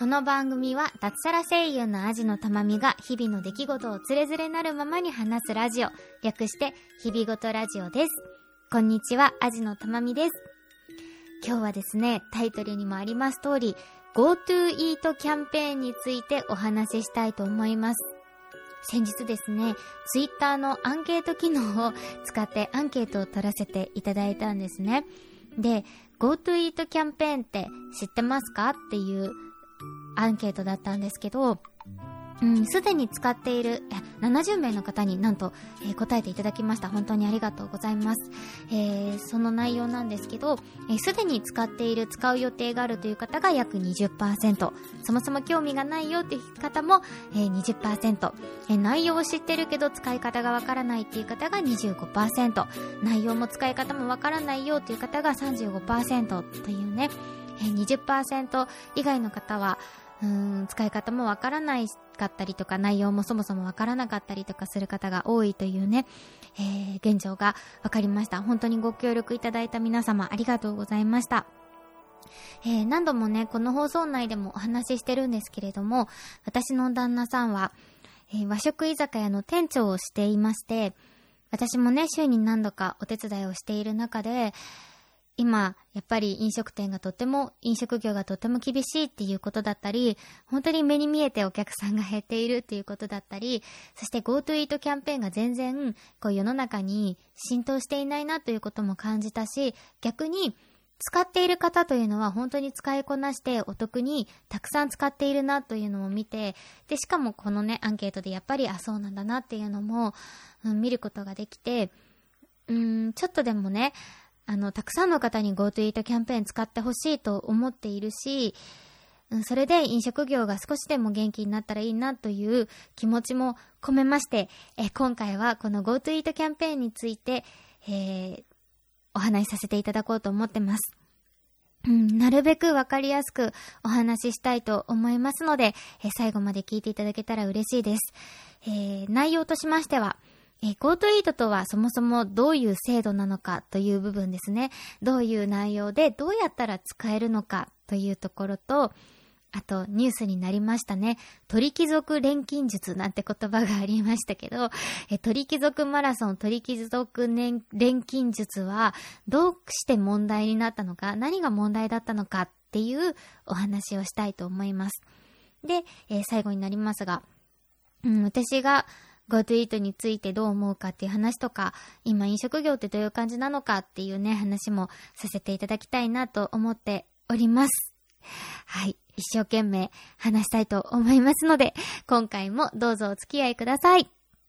この番組は脱サラ声優のアジのたまみが日々の出来事をつれづれなるままに話すラジオ、略して日々ごとラジオです。こんにちは、アジのたまみです。今日はですね、タイトルにもあります通り GoTo イートキャンペーンについてお話ししたいと思います。先日ですね、ツイッターのアンケート機能を使ってアンケートを取らせていただいたんですね。で、GoTo イートキャンペーンって知ってますかっていうアンケートだったんですけど、すでに使っている70名の方になんと、答えていただきました。本当にありがとうございます。その内容なんですけど、すでに使っている、使う予定があるという方が約 20%、 そもそも興味がないよっていう方も、20%、内容を知ってるけど使い方がわからないっていう方が 25%、 内容も使い方もわからないよっていう方が 35% というね、20% 以外の方は使い方もわからないかったりとか、内容もそもそもわからなかったりとかする方が多いというね、現状がわかりました。本当にご協力いただいた皆様ありがとうございました。何度もね、この放送内でもお話ししてるんですけれども、私の旦那さんは、和食居酒屋の店長をしていまして、私もね、週に何度かお手伝いをしている中で、今やっぱり飲食業がとっても厳しいっていうことだったり、本当に目に見えてお客さんが減っているっていうことだったり、そして GoTo イートキャンペーンが全然世の中に浸透していないなということも感じたし、逆に使っている方というのは本当に使いこなしてお得にたくさん使っているなというのを見て、でしかもこのねアンケートでやっぱりそうなんだなっていうのも、見ることができて、ちょっとでもね、たくさんの方に GoTo イートキャンペーン使ってほしいと思っているし、それで飲食業が少しでも元気になったらいいなという気持ちも込めまして、今回はこの GoTo イートキャンペーンについて、お話しさせていただこうと思ってます。なるべくわかりやすくお話ししたいと思いますので、最後まで聞いていただけたら嬉しいです。内容としましては、GoTo イートとはそもそもどういう制度なのかという部分ですね。どういう内容でどうやったら使えるのかというところと、あとニュースになりましたね。鳥貴族錬金術なんて言葉がありましたけど、鳥貴族マラソン、鳥貴族錬金術はどうして問題になったのか、何が問題だったのかっていうお話をしたいと思います。で、最後になりますが、私がGoTo イートについてどう思うかっていう話とか、今飲食業ってどういう感じなのかっていうね、話もさせていただきたいなと思っております。はい、一生懸命話したいと思いますので、今回もどうぞお付き合いください。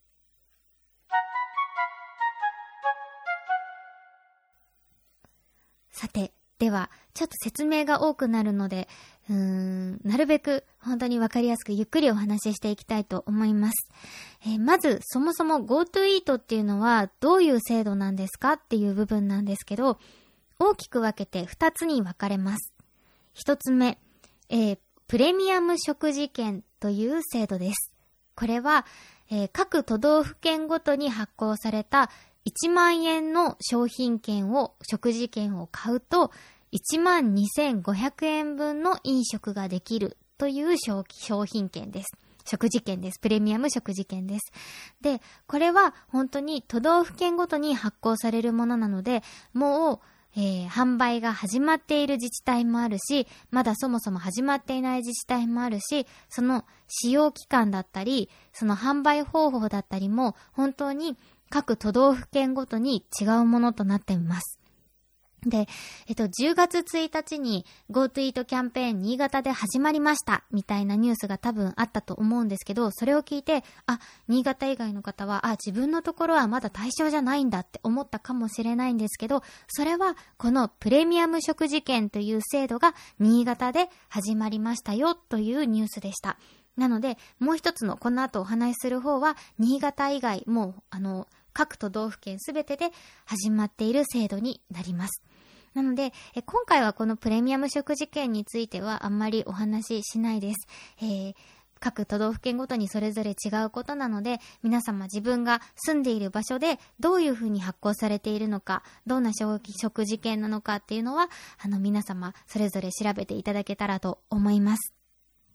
さて、ではちょっと説明が多くなるので、なるべく本当にわかりやすくゆっくりお話ししていきたいと思います。まずそもそも GoTo イートっていうのはどういう制度なんですかっていう部分なんですけど、大きく分けて2つに分かれます。1つ目、プレミアム食事券という制度です。これは、各都道府県ごとに発行された1万円の食事券を買うと12,500円分の飲食ができるという商品券です。食事券です。プレミアム食事券です。で、これは本当に都道府県ごとに発行されるものなので、もう、販売が始まっている自治体もあるし、まだそもそも始まっていない自治体もあるし、その使用期間だったり、その販売方法だったりも本当に各都道府県ごとに違うものとなっています。で、10月1日に GoTo イートキャンペーン新潟で始まりましたみたいなニュースが多分あったと思うんですけど、それを聞いて、新潟以外の方は、自分のところはまだ対象じゃないんだって思ったかもしれないんですけど、それはこのプレミアム食事券という制度が新潟で始まりましたよというニュースでした。なので、もう一つのこの後お話しする方は、新潟以外も各都道府県すべてで始まっている制度になります。なので、今回はこのプレミアム食事券についてはあんまりお話ししないです。各都道府県ごとにそれぞれ違うことなので、皆様自分が住んでいる場所でどういうふうに発行されているのか、どんな食事券なのかっていうのは、皆様それぞれ調べていただけたらと思います。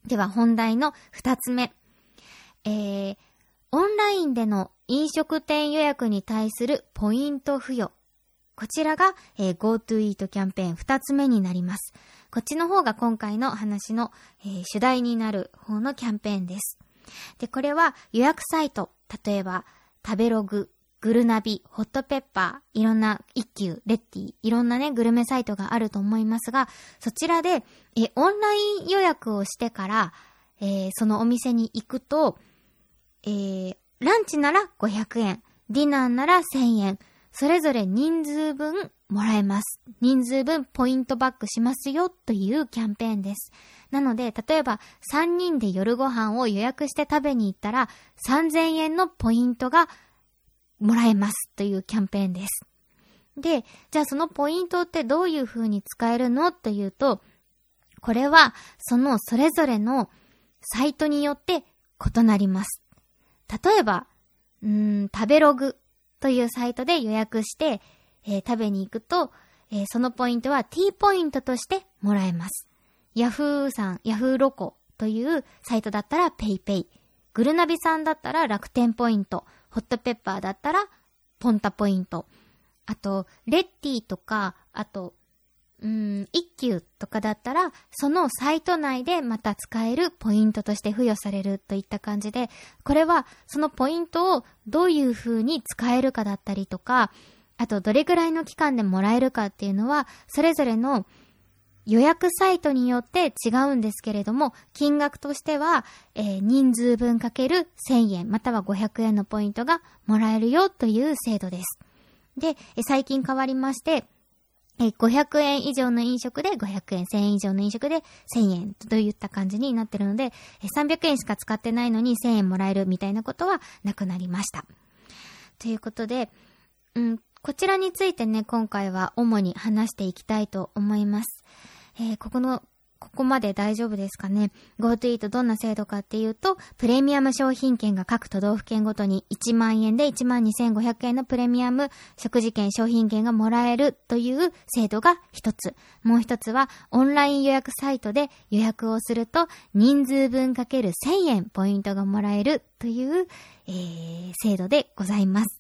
では本題の2つ目。オンラインでの飲食店予約に対するポイント付与。こちらが、GoTo Eat キャンペーン2つ目になります。こっちの方が今回の話の、主題になる方のキャンペーンです。で、これは予約サイト、例えば食べログ、グルナビ、ホットペッパー、いろんな一休、レッティ、いろんなね、グルメサイトがあると思いますが、そちらで、オンライン予約をしてから、そのお店に行くと、ランチなら500円、ディナーなら1000円、それぞれ人数分もらえます。人数分ポイントバックしますよというキャンペーンです。なので、例えば3人で夜ご飯を予約して食べに行ったら3000円のポイントがもらえますというキャンペーンです。で、じゃあそのポイントってどういう風に使えるのというと、これはそれぞれのサイトによって異なります。例えば、食べログというサイトで予約して、食べに行くと、そのポイントは T ポイントとしてもらえます。ヤフーロコというサイトだったら PayPay、グルナビさんだったら楽天ポイント、ホットペッパーだったらポンタポイント、あとレッティとか、あと一休とかだったらそのサイト内でまた使えるポイントとして付与されるといった感じで、これはそのポイントをどういう風に使えるかだったりとか、あとどれぐらいの期間でもらえるかっていうのはそれぞれの予約サイトによって違うんですけれども、金額としては、人数分かける1000円または500円のポイントがもらえるよという制度です。で、最近変わりまして、500円以上の飲食で500円、1000円以上の飲食で1000円といった感じになってるので、300円しか使ってないのに1000円もらえるみたいなことはなくなりました。ということで、こちらについてね、今回は主に話していきたいと思います。ここまで大丈夫ですかね。GoTo Eat どんな制度かっていうと、プレミアム商品券が各都道府県ごとに1万円で12,500円のプレミアム食事券商品券がもらえるという制度が一つ。もう一つはオンライン予約サイトで予約をすると人数分かける1000円ポイントがもらえるという、制度でございます。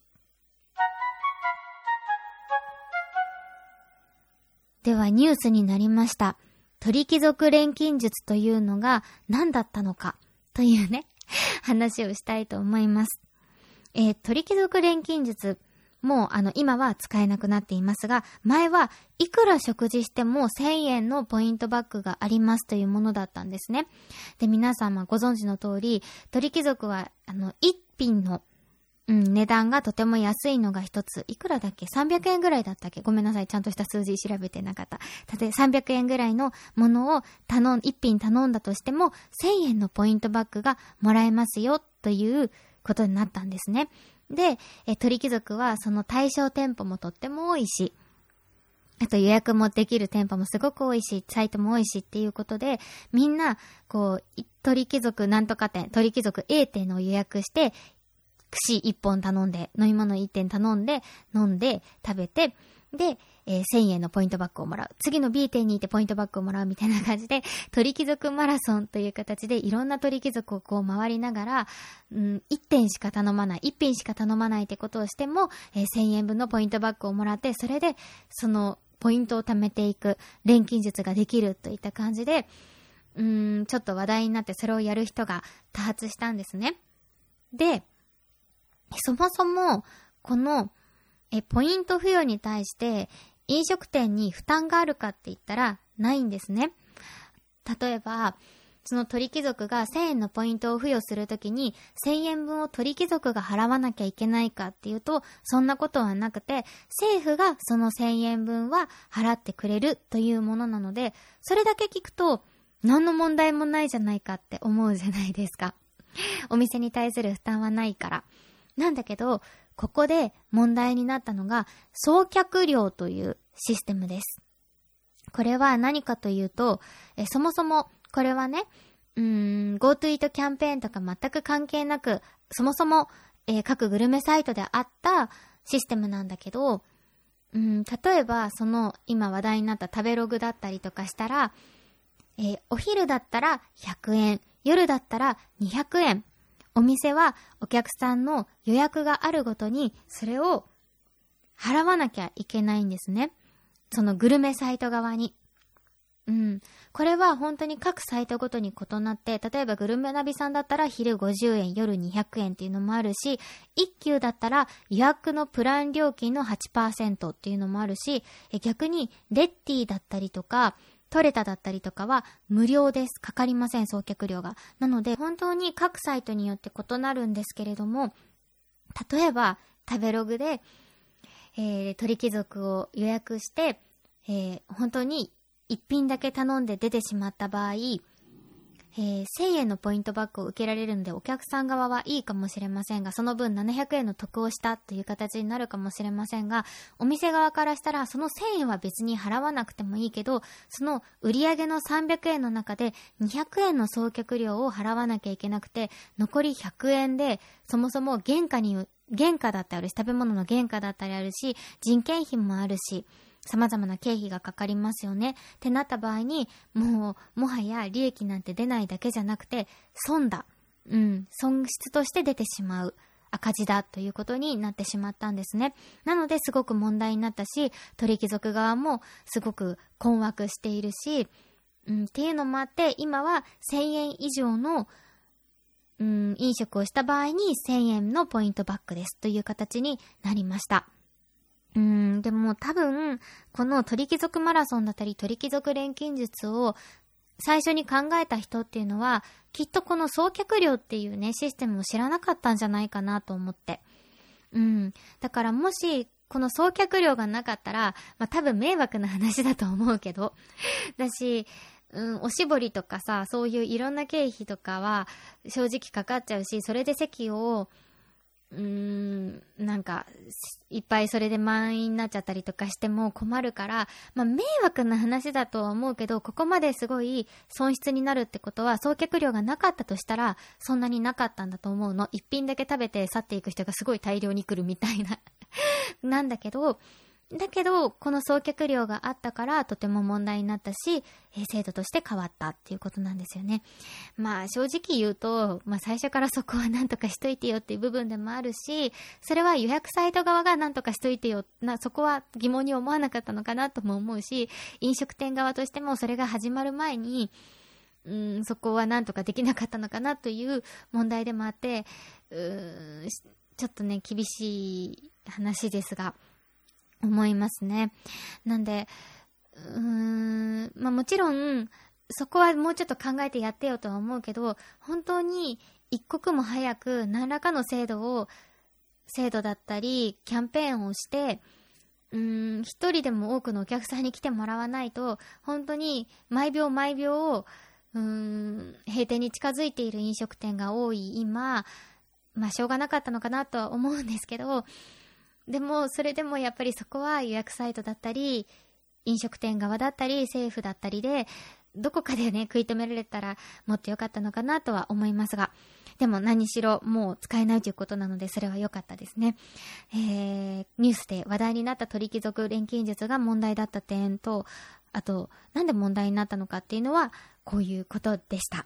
ではニュースになりました。鳥貴族錬金術というのが何だったのかというね、話をしたいと思います。鳥貴族錬金術、もう今は使えなくなっていますが、前はいくら食事しても1000円のポイントバックがありますというものだったんですね。で、皆様ご存知の通り、鳥貴族は一品の値段がとても安いのが一つ。いくらだっけ ?300 円ぐらいだったっけ？ごめんなさい。ちゃんとした数字調べてなかった。例えば300円ぐらいのものを一品頼んだとしても、1000円のポイントバックがもらえますよということになったんですね。で、鳥貴族はその対象店舗もとっても多いし、あと予約もできる店舗もすごく多いし、サイトも多いしっていうことで、みんな、鳥貴族なんとか店、鳥貴族 A 店を予約して、串1本頼んで、飲み物1点頼んで、飲んで、食べて、で、1000円のポイントバックをもらう。次の B 店に行ってポイントバックをもらうみたいな感じで、鳥貴族マラソンという形でいろんな鳥貴族を回りながら、1点しか頼まない、1品しか頼まないってことをしても、1000円分のポイントバックをもらって、それで、そのポイントを貯めていく錬金術ができるといった感じで、ちょっと話題になってそれをやる人が多発したんですね。で、そもそも、この、ポイント付与に対して、飲食店に負担があるかって言ったら、ないんですね。例えば、その鳥貴族が1000円のポイントを付与するときに、1000円分を鳥貴族が払わなきゃいけないかっていうと、そんなことはなくて、政府がその1000円分は払ってくれるというものなので、それだけ聞くと、何の問題もないじゃないかって思うじゃないですか。お店に対する負担はないから。なんだけど、ここで問題になったのが、送客料というシステムです。これは何かというと、そもそもこれはね、GoTo Eat キャンペーンとか全く関係なく、そもそも、各グルメサイトであったシステムなんだけど、例えばその今話題になった食べログだったりとかしたら、 お昼だったら100円、夜だったら200円。お店はお客さんの予約があるごとにそれを払わなきゃいけないんですね。そのグルメサイト側に。これは本当に各サイトごとに異なって、例えばグルメナビさんだったら昼50円、夜200円っていうのもあるし、一休だったら予約のプラン料金の 8% っていうのもあるし、逆にレッティだったりとか、トレタだったりとかは無料です。かかりません、送客料が。なので本当に各サイトによって異なるんですけれども、例えば食べログで、鳥貴族を予約して、本当に一品だけ頼んで出てしまった場合、1000円のポイントバックを受けられるのでお客さん側はいいかもしれませんが、その分700円の得をしたという形になるかもしれませんが、お店側からしたらその1000円は別に払わなくてもいいけど、その売上の300円の中で200円の送客料を払わなきゃいけなくて、残り100円でそもそも原価だったり、食べ物の原価だったりあるし、人件費もあるし、様々な経費がかかりますよねってなった場合に、もはや利益なんて出ないだけじゃなくて損失として出てしまう、赤字だということになってしまったんですね。なのですごく問題になったし、鳥貴族側もすごく困惑しているし、っていうのもあって、今は1000円以上の飲食をした場合に1000円のポイントバックですという形になりました。でも多分、この鳥貴族マラソンだったり、鳥貴族錬金術を最初に考えた人っていうのは、きっとこの送客料っていうね、システムを知らなかったんじゃないかなと思って。だからもし、この送客料がなかったら、多分迷惑な話だと思うけど。だし、おしぼりとかさ、そういういろんな経費とかは正直かかっちゃうし、それで席を、なんかいっぱいそれで満員になっちゃったりとかしても困るから、迷惑な話だとは思うけど、ここまですごい損失になるってことは、送客料がなかったとしたらそんなになかったんだと思うの。一品だけ食べて去っていく人がすごい大量に来るみたいななんだけど、この送客料があったからとても問題になったし、制度として変わったっていうことなんですよね。正直言うと、最初からそこはなんとかしといてよっていう部分でもあるし、それは予約サイト側がなんとかしといてよ、そこは疑問に思わなかったのかなとも思うし、飲食店側としてもそれが始まる前に、そこはなんとかできなかったのかなという問題でもあって、ちょっとね、厳しい話ですが、思いますね。なんで、もちろんそこはもうちょっと考えてやってよとは思うけど、本当に一刻も早く何らかの制度だったりキャンペーンをして、一人でも多くのお客さんに来てもらわないと、本当に毎秒毎秒閉店に近づいている飲食店が多い今、しょうがなかったのかなとは思うんですけど、でもそれでもやっぱりそこは予約サイトだったり飲食店側だったり政府だったりでどこかでね食い止められたらもっと良かったのかなとは思いますが、でも何しろもう使えないということなのでそれは良かったですね。ニュースで話題になった鳥貴族錬金術が問題だった点と、あとなんで問題になったのかっていうのはこういうことでした。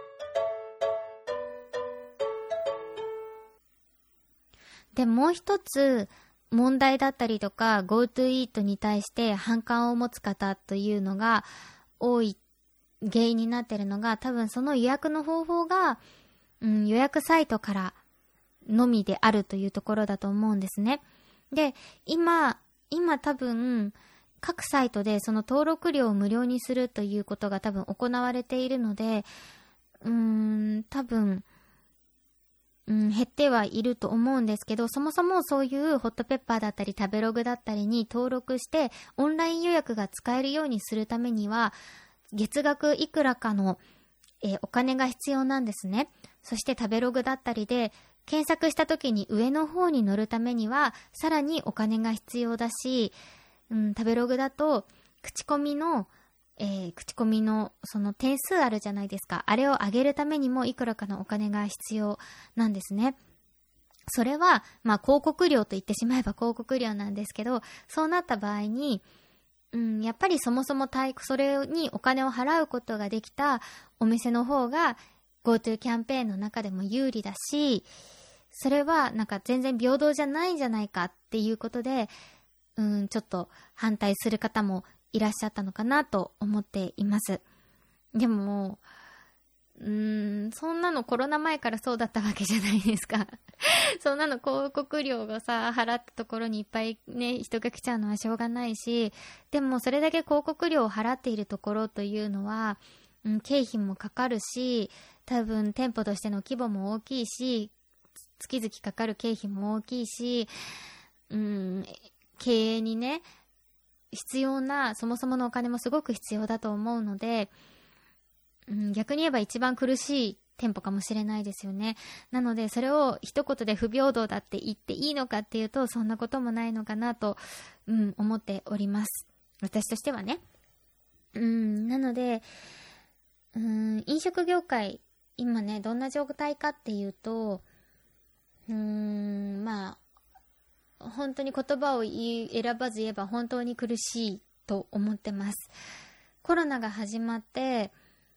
で、もう一つ問題だったりとか GoTo イートに対して反感を持つ方というのが多い原因になっているのが、多分その予約の方法が、予約サイトからのみであるというところだと思うんですね。で、今多分各サイトでその登録料を無料にするということが多分行われているので、多分減ってはいると思うんですけど、そもそもそういうホットペッパーだったり食べログだったりに登録してオンライン予約が使えるようにするためには月額いくらかの、お金が必要なんですね。そして食べログだったりで検索した時に上の方に載るためにはさらにお金が必要だし、食べログだと口コミのその点数あるじゃないですか。あれを上げるためにもいくらかのお金が必要なんですね。それは広告料と言ってしまえば広告料なんですけど、そうなった場合にやっぱりそもそもそれにお金を払うことができたお店の方が GoTo キャンペーンの中でも有利だし、それはなんか全然平等じゃないんじゃないかっていうことで、ちょっと反対する方もいらっしゃったのかなと思っています。でも、そんなのコロナ前からそうだったわけじゃないですか。そんなの広告料をさ、払ったところにいっぱいね、人が来ちゃうのはしょうがないし、でもそれだけ広告料を払っているところというのは、経費もかかるし、多分店舗としての規模も大きいし、月々かかる経費も大きいし、経営にね、必要な、そもそものお金もすごく必要だと思うので、逆に言えば一番苦しい店舗かもしれないですよね。なのでそれを一言で不平等だって言っていいのかっていうと、そんなこともないのかなと、思っております。私としてはね。なので、飲食業界、今ね、どんな状態かっていうと、まあ、本当に言葉を選ばず言えば本当に苦しいと思ってます。コロナが始まって、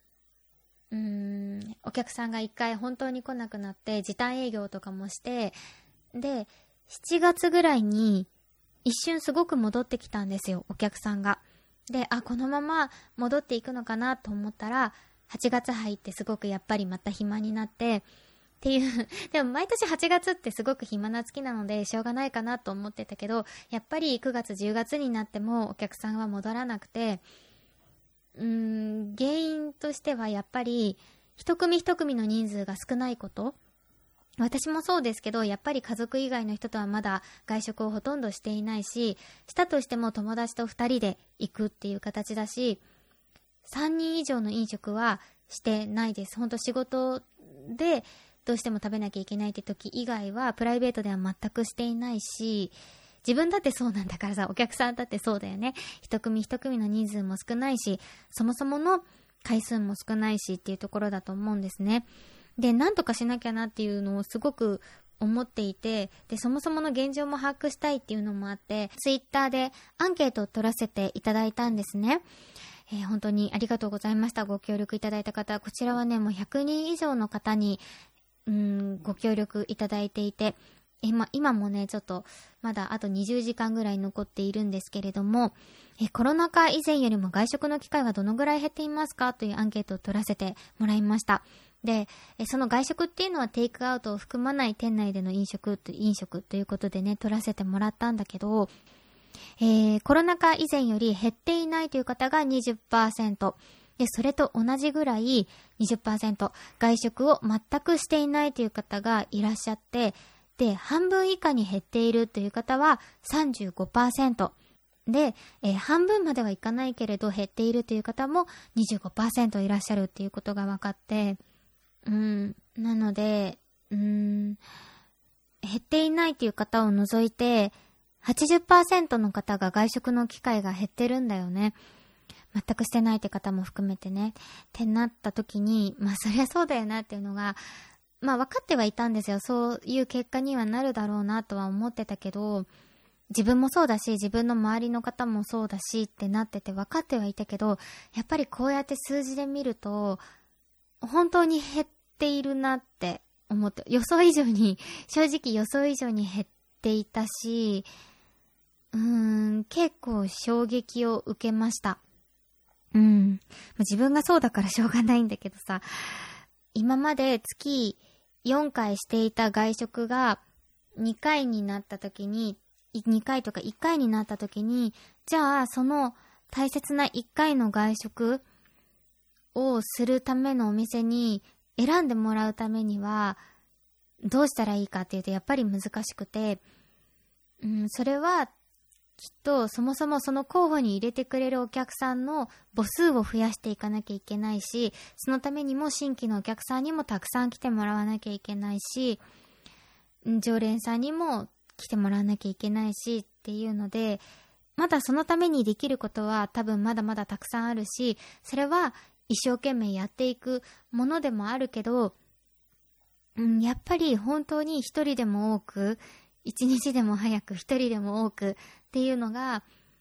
お客さんが一回本当に来なくなって時短営業とかもして、で7月ぐらいに一瞬すごく戻ってきたんですよ、お客さんが。で、このまま戻っていくのかなと思ったら、8月入ってすごくやっぱりまた暇になってっていうでも毎年8月ってすごく暇な月なのでしょうがないかなと思ってたけど、やっぱり9月10月になってもお客さんは戻らなくて、原因としてはやっぱり一組一組の人数が少ないこと。私もそうですけど、やっぱり家族以外の人とはまだ外食をほとんどしていないし、したとしても友達と2人で行くっていう形だし、3人以上の飲食はしてないです。ほんと仕事でどうしても食べなきゃいけないって時以外はプライベートでは全くしていないし、自分だってそうなんだからさ、お客さんだってそうだよね。一組一組の人数も少ないし、そもそもの回数も少ないしっていうところだと思うんですね。で、なんとかしなきゃなっていうのをすごく思っていて、で、そもそもの現状も把握したいっていうのもあって、ツイッターでアンケートを取らせていただいたんですね。本当にありがとうございました。ご協力いただいた方。こちらはね、もう100人以上の方に、ご協力いただいていて、今もね、ちょっとまだあと20時間ぐらい残っているんですけれども、コロナ禍以前よりも外食の機会はどのぐらい減っていますかというアンケートを取らせてもらいました。で、その外食っていうのはテイクアウトを含まない店内での飲食ということでね、取らせてもらったんだけど、コロナ禍以前より減っていないという方が 20%。で、それと同じぐらい 20%、外食を全くしていないという方がいらっしゃって、で、半分以下に減っているという方は 35%。で、半分まではいかないけれど減っているという方も 25% いらっしゃるっていうことが分かって、なので、減っていないという方を除いて、80% の方が外食の機会が減ってるんだよね。全くしてないって方も含めてね。ってなった時に、そりゃそうだよなっていうのが、分かってはいたんですよ。そういう結果にはなるだろうなとは思ってたけど、自分もそうだし、自分の周りの方もそうだしってなってて分かってはいたけど、やっぱりこうやって数字で見ると、本当に減っているなって思って、正直予想以上に減っていたし、結構衝撃を受けました。自分がそうだからしょうがないんだけどさ、今まで月4回していた外食が2回になった時に、2回とか1回になった時に、じゃあその大切な1回の外食をするためのお店に選んでもらうためにはどうしたらいいかっていうとやっぱり難しくて、それはきっとそもそもその候補に入れてくれるお客さんの母数を増やしていかなきゃいけないし、そのためにも新規のお客さんにもたくさん来てもらわなきゃいけないし、常連さんにも来てもらわなきゃいけないしっていうので、まだそのためにできることは多分まだまだたくさんあるし、それは一生懸命やっていくものでもあるけど、やっぱり本当に一人でも多く、一日でも早く一人でも多くっていうのが、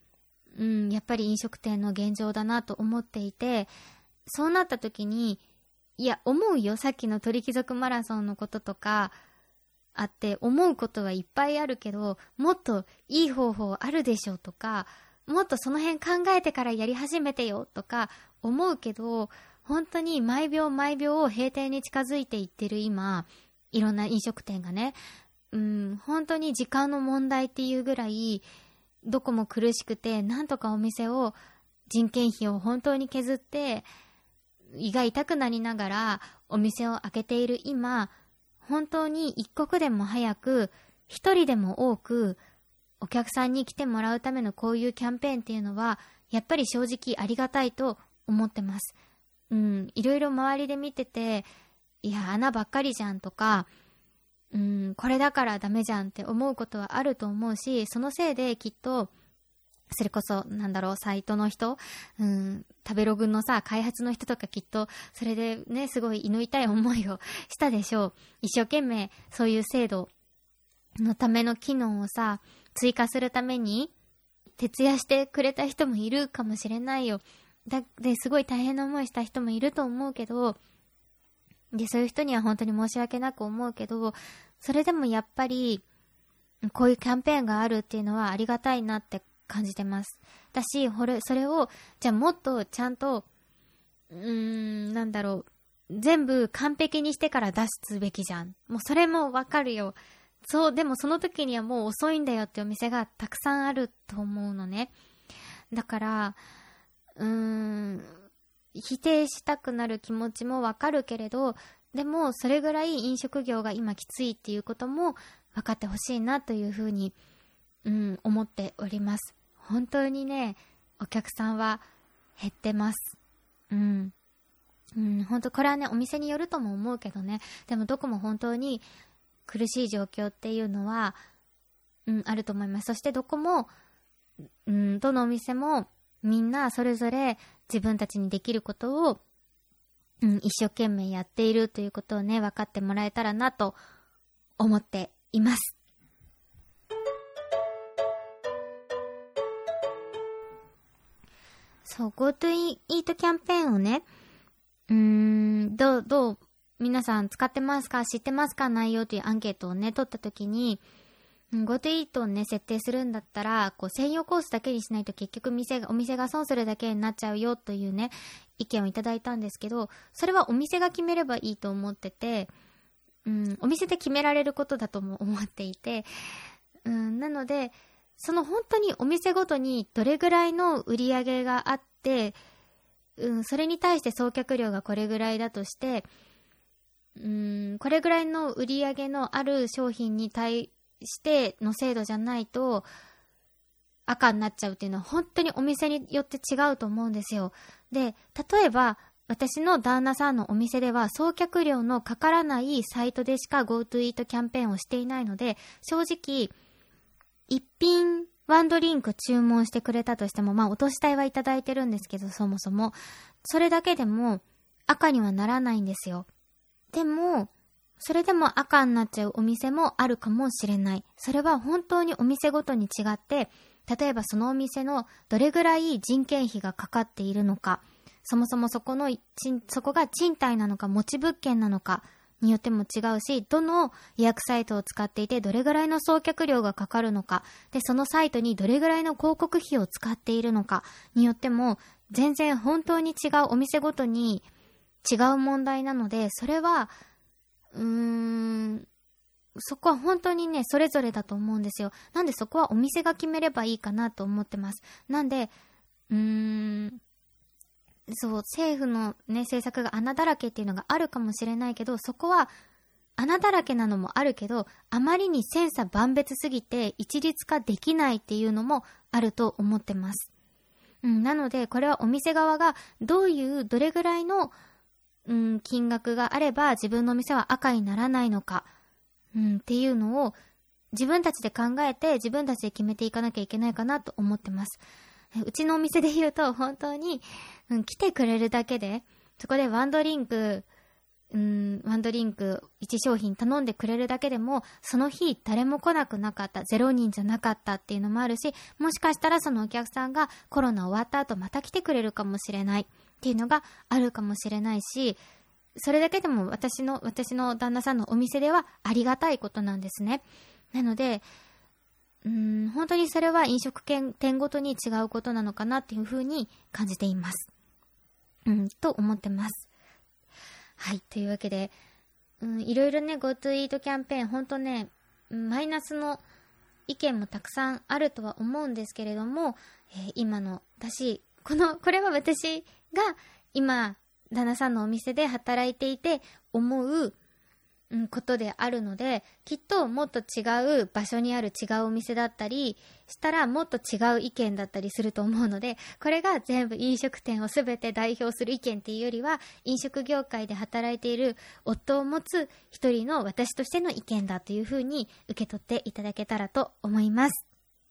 やっぱり飲食店の現状だなと思っていて、そうなった時に、いや、思うよ。さっきの鳥貴族マラソンのこととかあって思うことはいっぱいあるけど、もっといい方法あるでしょとか、もっとその辺考えてからやり始めてよとか思うけど、本当に毎秒毎秒閉店に近づいていってる今、いろんな飲食店がね、本当に時間の問題っていうぐらいどこも苦しくて、なんとかお店を、人件費を本当に削って胃が痛くなりながらお店を開けている今、本当に一刻でも早く、一人でも多くお客さんに来てもらうためのこういうキャンペーンっていうのはやっぱり正直ありがたいと思ってます。いろいろ周りで見てて、いや穴ばっかりじゃんとか、これだからダメじゃんって思うことはあると思うし、そのせいできっとそれこそサイトの人、食べログのさ開発の人とかきっとそれでねすごい胃の痛い思いをしたでしょう。一生懸命そういう制度のための機能をさ追加するために徹夜してくれた人もいるかもしれないよ。ですごい大変な思いした人もいると思うけど、でそういう人には本当に申し訳なく思うけど、それでもやっぱりこういうキャンペーンがあるっていうのはありがたいなって感じてます。だし、それをじゃあもっとちゃんと全部完璧にしてから出すべきじゃん。もうそれもわかるよ。そう、でもその時にはもう遅いんだよってお店がたくさんあると思うのね。だから否定したくなる気持ちもわかるけれど、でもそれぐらい飲食業が今きついっていうことも分かってほしいなというふうに思っております。本当にね、お客さんは減ってます。本当これはねお店によるとも思うけどね。でもどこも本当に苦しい状況っていうのはあると思います。そしてどこもどのお店もみんなそれぞれ自分たちにできることを一生懸命やっているということをね分かってもらえたらなと思っています。そう、GoTo イートキャンペーンをね、どう皆さん使ってますか、知ってますか、内容というアンケートをね取ったときに、GoTo イートをね設定するんだったら専用コースだけにしないと結局お店が損するだけになっちゃうよというね意見をいただいたんですけど、それはお店が決めればいいと思ってて、お店で決められることだとも思っていて、なのでその本当にお店ごとにどれぐらいの売り上げがあって、それに対して送客量がこれぐらいだとして、これぐらいの売り上げのある商品に対しての制度じゃないと赤になっちゃうっていうのは本当にお店によって違うと思うんですよ。で、例えば私の旦那さんのお店では送客料のかからないサイトでしか GoTo イートキャンペーンをしていないので、正直一品ワンドリンク注文してくれたとしても、お年代はいただいてるんですけど、そもそもそれだけでも赤にはならないんですよ。でもそれでも赤になっちゃうお店もあるかもしれない。それは本当にお店ごとに違って、例えばそのお店のどれぐらい人件費がかかっているのか、そもそもそこが賃貸なのか持ち物件なのかによっても違うし、どの予約サイトを使っていてどれぐらいの送客料がかかるのか、でそのサイトにどれぐらいの広告費を使っているのかによっても全然本当に違う、お店ごとに違う問題なので、それはそこは本当にねそれぞれだと思うんですよ。なんでそこはお店が決めればいいかなと思ってます。なんでそう政府のね政策が穴だらけっていうのがあるかもしれないけど、そこは穴だらけなのもあるけど、あまりに千差万別すぎて一律化できないっていうのもあると思ってます。なのでこれはお店側がどれぐらいの金額があれば自分の店は赤にならないのか、っていうのを自分たちで考えて自分たちで決めていかなきゃいけないかなと思ってます。うちのお店で言うと本当に、来てくれるだけでそこでワンドリンクワンドリンク1商品頼んでくれるだけでも、その日誰も来なくなかった、0人じゃなかったっていうのもあるし、もしかしたらそのお客さんがコロナ終わった後また来てくれるかもしれないっていうのがあるかもしれないし、それだけでも私の旦那さんのお店ではありがたいことなんですね。なので、本当にそれは飲食店ごとに違うことなのかなっていうふうに感じています。と思ってます。はい、というわけで、いろいろね、GoTo イートキャンペーン、ほんとね、マイナスの意見もたくさんあるとは思うんですけれども、今の、これは私が今、旦那さんのお店で働いていて思う、ことであるので、きっともっと違う場所にある違うお店だったりしたらもっと違う意見だったりすると思うので、これが全部飲食店を全て代表する意見っていうよりは、飲食業界で働いている夫を持つ一人の私としての意見だというふうに受け取っていただけたらと思います。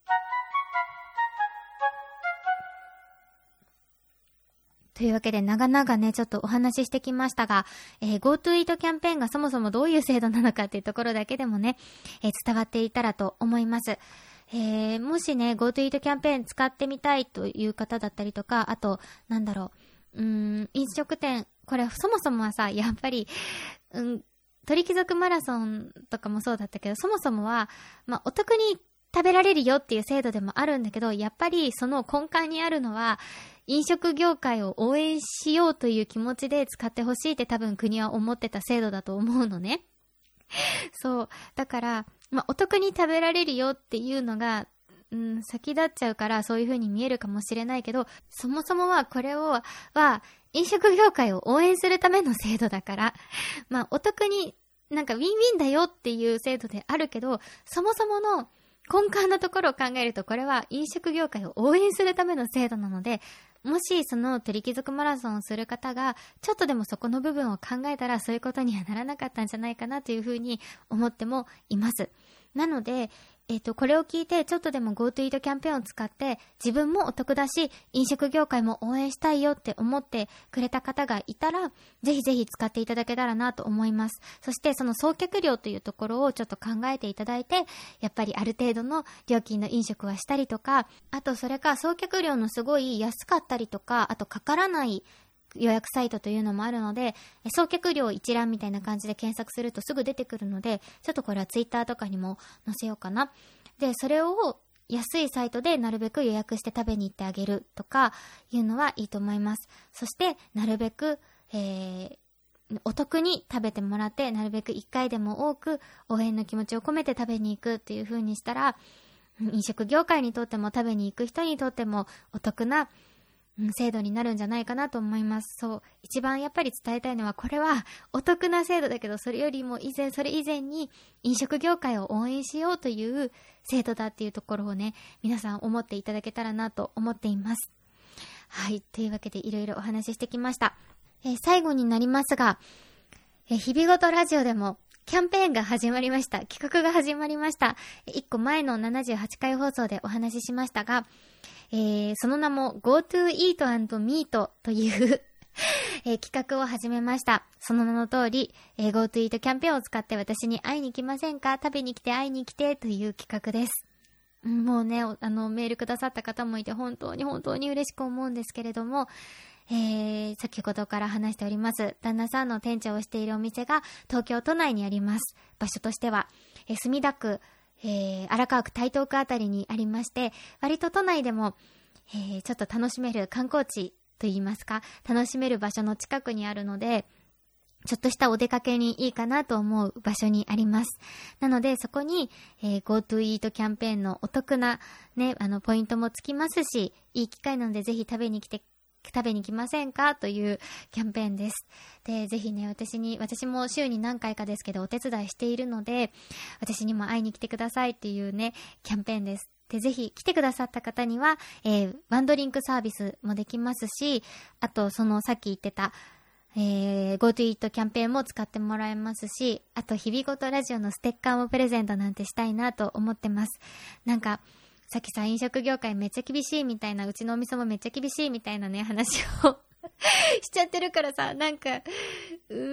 というわけで長々ねちょっとお話ししてきましたが、GoTo イートキャンペーンがそもそもどういう制度なのかっていうところだけでもね、伝わっていたらと思います。もしね GoTo イートキャンペーン使ってみたいという方だったりとか、あと飲食店、これそもそもはさ、やっぱり鳥貴族マラソンとかもそうだったけど、そもそもはお得に食べられるよっていう制度でもあるんだけど、やっぱりその根幹にあるのは飲食業界を応援しようという気持ちで使ってほしいって多分国は思ってた制度だと思うのね。そう。だから、お得に食べられるよっていうのが、先立っちゃうからそういう風に見えるかもしれないけど、そもそもはこれは飲食業界を応援するための制度だから、お得にウィンウィンだよっていう制度であるけど、そもそもの根幹のところを考えると、これは飲食業界を応援するための制度なので、もしその鳥貴族マラソンをする方がちょっとでもそこの部分を考えたら、そういうことにはならなかったんじゃないかなというふうに思ってもいます。なのでこれを聞いてちょっとでも GoTo イートキャンペーンを使って自分もお得だし飲食業界も応援したいよって思ってくれた方がいたら、ぜひぜひ使っていただけたらなと思います。そしてその送客料というところをちょっと考えていただいて、やっぱりある程度の料金の飲食はしたりとか、あとそれか送客料のすごい安かったりとか、あとかからない予約サイトというのもあるので、送客料一覧みたいな感じで検索するとすぐ出てくるので、ちょっとこれはツイッターとかにも載せようかな。で、それを安いサイトでなるべく予約して食べに行ってあげるとかいうのはいいと思います。そしてなるべく、お得に食べてもらって、なるべく1回でも多く応援の気持ちを込めて食べに行くっていう風にしたら、飲食業界にとっても食べに行く人にとってもお得な制度になるんじゃないかなと思います。そう。一番やっぱり伝えたいのは、これはお得な制度だけど、それよりもそれ以前に飲食業界を応援しようという制度だっていうところをね、皆さん思っていただけたらなと思っています。はい。というわけでいろいろお話ししてきました。最後になりますが、日々ごとラジオでもキャンペーンが始まりました。企画が始まりました。1個前の78回放送でお話ししましたが、その名も GoTo Eat and Meet という企画を始めました。その名の通り、GoTo Eat キャンペーンを使って私に会いに来ませんか？食べに来て会いに来てという企画です。もうね、メールくださった方もいて本当に本当に嬉しく思うんですけれども、先ほどから話しております旦那さんの店長をしているお店が東京都内にあります。場所としては、墨田区、荒川区、台東区あたりにありまして、割と都内でも、ちょっと楽しめる観光地といいますか、楽しめる場所の近くにあるので、ちょっとしたお出かけにいいかなと思う場所にあります。なのでそこに、GoTo Eat キャンペーンのお得なね、ポイントもつきますし、いい機会なのでぜひ食べに来ませんかというキャンペーンです。で、ぜひね、私も週に何回かですけどお手伝いしているので、私にも会いに来てくださいっていうね、キャンペーンです。で、ぜひ来てくださった方には、ワンドリンクサービスもできますし、あとさっき言ってた、GoTo Eat キャンペーンも使ってもらえますし、あと日々ごとラジオのステッカーもプレゼントなんてしたいなと思ってます。なんかさっき飲食業界めっちゃ厳しいみたいな、うちのお店もめっちゃ厳しいみたいなね、話をしちゃってるからさ、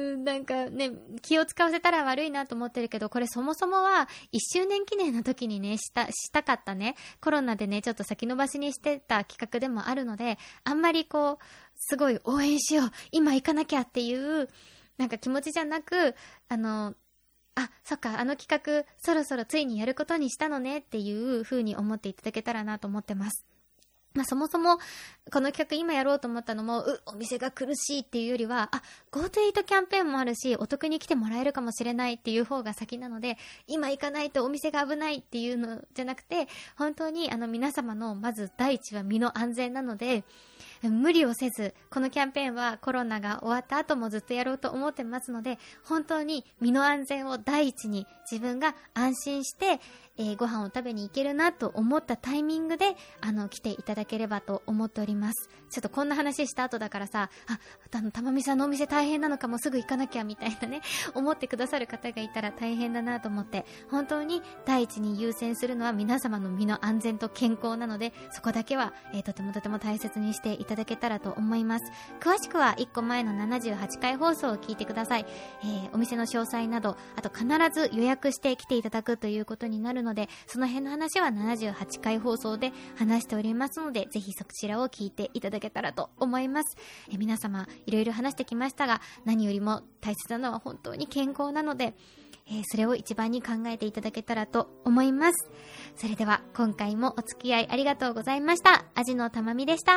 なんかね、気を使わせたら悪いなと思ってるけど、これそもそもは1周年記念の時にね、したかったね、コロナでね、ちょっと先延ばしにしてた企画でもあるので、あんまりこう、すごい応援しよう、今行かなきゃっていう、なんか気持ちじゃなく、そっか、あの企画、そろそろついにやることにしたのねっていう風に思っていただけたらなと思ってます。そもそも、この企画今やろうと思ったのも、お店が苦しいっていうよりは、GoTo イートキャンペーンもあるし、お得に来てもらえるかもしれないっていう方が先なので、今行かないとお店が危ないっていうのじゃなくて、本当に皆様のまず第一は身の安全なので、無理をせず、このキャンペーンはコロナが終わった後もずっとやろうと思ってますので、本当に身の安全を第一に自分が安心して、ご飯を食べに行けるなと思ったタイミングで、来ていただければと思っております。ちょっとこんな話した後だからさ、たまみさんのお店大変なのかも、すぐ行かなきゃみたいなね、思ってくださる方がいたら大変だなと思って、本当に第一に優先するのは皆様の身の安全と健康なので、そこだけは、とても大切にしていただけたらと思います。詳しくは1個前の78回放送を聞いてください。お店の詳細など、あと必ず予約して来ていただくということになるので、その辺の話は78回放送で話しておりますので、ぜひそちらを聞いていただけたらと思います。皆様いろいろ話してきましたが、何よりも大切なのは本当に健康なので、それを一番に考えていただけたらと思います。それでは今回もお付き合いありがとうございました。アジのたまみでした。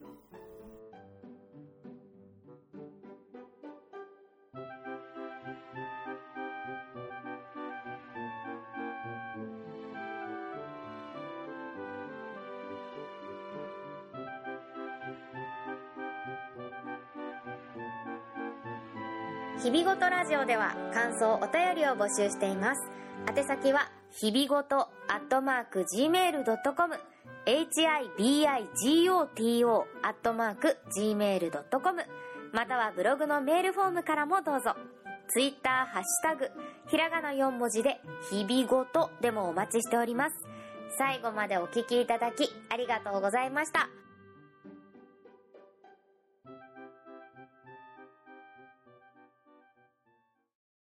日々ごとラジオでは感想お便りを募集しています。宛先は日々ごと@gmail.com hibigoto@gmail.com またはブログのメールフォームからもどうぞ。ツイッターハッシュタグひらがな4文字で日々ごとでもお待ちしております。最後までお聞きいただきありがとうございました。